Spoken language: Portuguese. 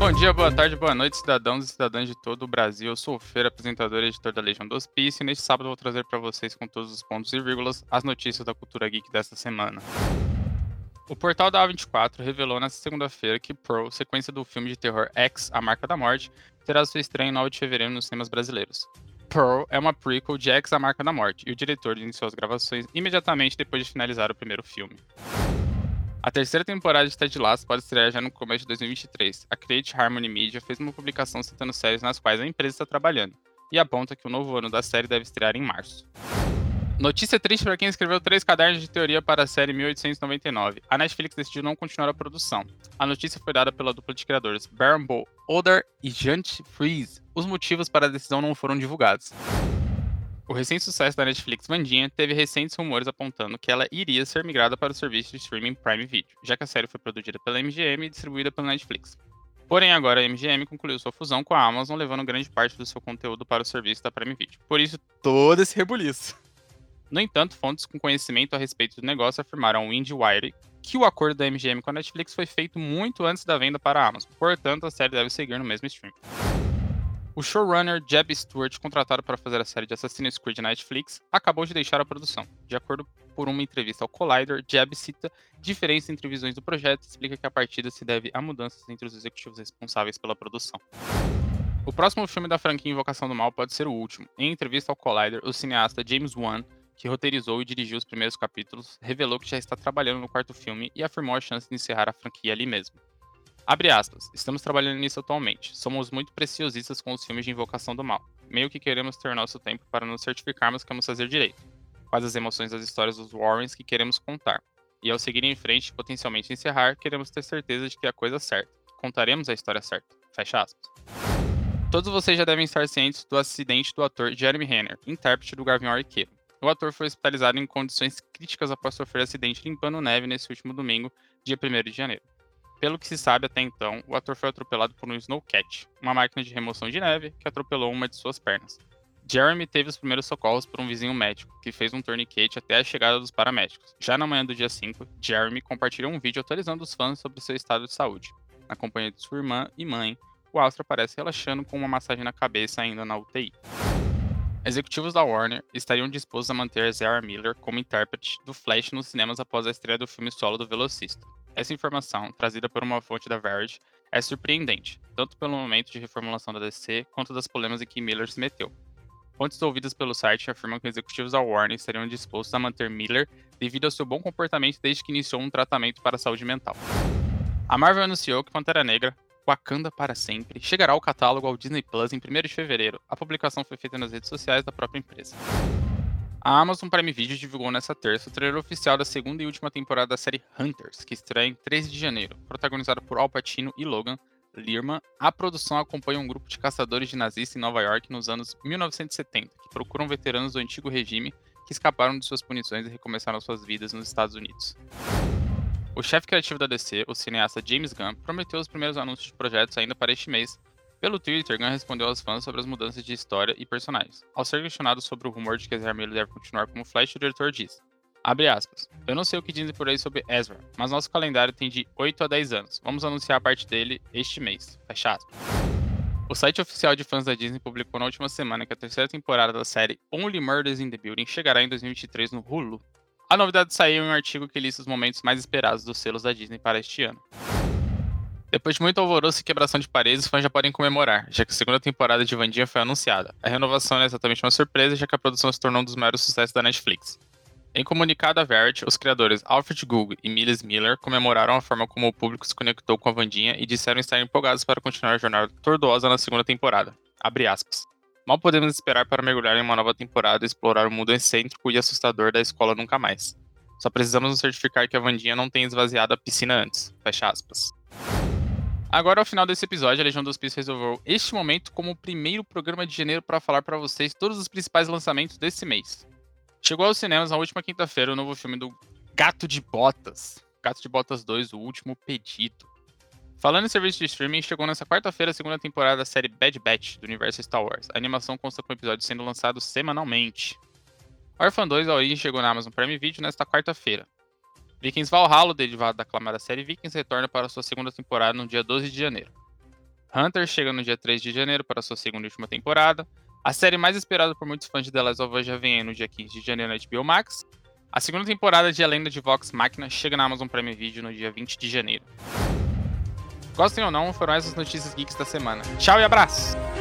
Bom dia, boa tarde, boa noite, cidadãos e cidadãs de todo o Brasil. Eu sou o Fer, apresentador e editor da Legião do Hospício, e neste sábado eu vou trazer para vocês, com todos os pontos e vírgulas, as notícias da cultura geek desta semana. O portal da A24 revelou nesta segunda-feira que Pearl, sequência do filme de terror X, A Marca da Morte, terá sua estreia em 9 de fevereiro nos cinemas brasileiros. Pearl é uma prequel de X, A Marca da Morte, e o diretor iniciou as gravações imediatamente depois de finalizar o primeiro filme. A terceira temporada de Ted Lasso pode estrear já no começo de 2023. A Create Harmony Media fez uma publicação citando séries nas quais a empresa está trabalhando, e aponta que o novo ano da série deve estrear em março. Notícia triste para quem escreveu 3 cadernos de teoria para a série 1899. A Netflix decidiu não continuar a produção. A notícia foi dada pela dupla de criadores Baron Oder e Jant Fries. Os motivos para a decisão não foram divulgados. O recente sucesso da Netflix Wandinha teve recentes rumores apontando que ela iria ser migrada para o serviço de streaming Prime Video, já que a série foi produzida pela MGM e distribuída pela Netflix. Porém, agora a MGM concluiu sua fusão com a Amazon, levando grande parte do seu conteúdo para o serviço da Prime Video. Por isso, todo esse rebuliço. No entanto, fontes com conhecimento a respeito do negócio afirmaram ao IndieWire que o acordo da MGM com a Netflix foi feito muito antes da venda para a Amazon, portanto, a série deve seguir no mesmo stream. O showrunner Jeb Stuart, contratado para fazer a série de Assassin's Creed na Netflix, acabou de deixar a produção. De acordo por uma entrevista ao Collider, Jeb cita diferenças entre visões do projeto e explica que a partida se deve a mudanças entre os executivos responsáveis pela produção. O próximo filme da franquia Invocação do Mal pode ser o último. Em entrevista ao Collider, o cineasta James Wan, que roteirizou e dirigiu os primeiros capítulos, revelou que já está trabalhando no quarto filme e afirmou a chance de encerrar a franquia ali mesmo. Abre aspas, estamos trabalhando nisso atualmente. Somos muito preciosistas com os filmes de Invocação do Mal. Meio que queremos ter nosso tempo para nos certificarmos que vamos fazer direito. Quais as emoções das histórias dos Warrens que queremos contar. E ao seguir em frente e potencialmente encerrar, queremos ter certeza de que é a coisa certa. Contaremos a história certa. Fecha aspas. Todos vocês já devem estar cientes do acidente do ator Jeremy Renner, intérprete do Gavião Arqueiro. O ator foi hospitalizado em condições críticas após sofrer acidente limpando neve nesse último domingo, dia 1º de janeiro. Pelo que se sabe até então, o ator foi atropelado por um Snowcat, uma máquina de remoção de neve que atropelou uma de suas pernas. Jeremy teve os primeiros socorros por um vizinho médico, que fez um tourniquet até a chegada dos paramédicos. Já na manhã do dia 5, Jeremy compartilhou um vídeo atualizando os fãs sobre seu estado de saúde. Na companhia de sua irmã e mãe, o astro aparece relaxando com uma massagem na cabeça ainda na UTI. Executivos da Warner estariam dispostos a manter Ezra Miller como intérprete do Flash nos cinemas após a estreia do filme solo do Velocista. Essa informação, trazida por uma fonte da Verge, é surpreendente, tanto pelo momento de reformulação da DC, quanto das polêmicas em que Miller se meteu. Fontes ouvidas pelo site afirmam que executivos da Warner estariam dispostos a manter Miller devido ao seu bom comportamento desde que iniciou um tratamento para a saúde mental. A Marvel anunciou que Pantera Negra, Wakanda para Sempre, chegará ao catálogo ao Disney Plus em 1º de fevereiro. A publicação foi feita nas redes sociais da própria empresa. A Amazon Prime Video divulgou nesta terça o trailer oficial da segunda e última temporada da série Hunters, que estreia em 13 de janeiro. Protagonizada por Al Pacino e Logan Lerman, a produção acompanha um grupo de caçadores de nazistas em Nova York nos anos 1970, que procuram veteranos do antigo regime que escaparam de suas punições e recomeçaram suas vidas nos Estados Unidos. O chefe criativo da DC, o cineasta James Gunn, prometeu os primeiros anúncios de projetos ainda para este mês. Pelo Twitter, Gunn respondeu aos fãs sobre as mudanças de história e personagens. Ao ser questionado sobre o rumor de que Ezra Miller deve continuar como Flash, o diretor diz, abre aspas, eu não sei o que dizem por aí sobre Ezra, mas nosso calendário tem de 8 a 10 anos. Vamos anunciar a parte dele este mês. Fecha aspas. O site oficial de fãs da Disney publicou na última semana que a terceira temporada da série Only Murders in the Building chegará em 2023 no Hulu. A novidade saiu em um artigo que lista os momentos mais esperados dos selos da Disney para este ano. Depois de muito alvoroço e quebração de paredes, os fãs já podem comemorar, já que a segunda temporada de Wandinha foi anunciada. A renovação não é exatamente uma surpresa, já que a produção se tornou um dos maiores sucessos da Netflix. Em comunicado à Verity, os criadores Alfred Goog e Miles Miller comemoraram a forma como o público se conectou com a Wandinha e disseram estar empolgados para continuar a jornada tortuosa na segunda temporada. Abre aspas. Mal podemos esperar para mergulhar em uma nova temporada e explorar o mundo excêntrico e assustador da escola nunca mais. Só precisamos nos certificar que a Wandinha não tenha esvaziado a piscina antes. Fecha aspas. Agora, ao final desse episódio, a Legião do Hospício resolveu este momento como o primeiro programa de janeiro para falar para vocês todos os principais lançamentos desse mês. Chegou aos cinemas na última quinta-feira o novo filme do Gato de Botas. Gato de Botas 2, O Último Pedido. Falando em serviço de streaming, chegou nessa quarta-feira a segunda temporada da série Bad Batch, do universo Star Wars. A animação consta com episódios sendo lançados semanalmente. Orphan 2, A Origem, chegou na Amazon Prime Video nesta quarta-feira. Vikings Valhalla, o derivado da aclamada série Vikings, retorna para sua segunda temporada no dia 12 de janeiro. Hunter chega no dia 3 de janeiro para sua segunda e última temporada. A série mais esperada por muitos fãs de The Last of Us já vem aí no dia 15 de janeiro na HBO Max. A segunda temporada de A Lenda de Vox Machina chega na Amazon Prime Video no dia 20 de janeiro. Gostem ou não, foram essas notícias geeks da semana. Tchau e abraço!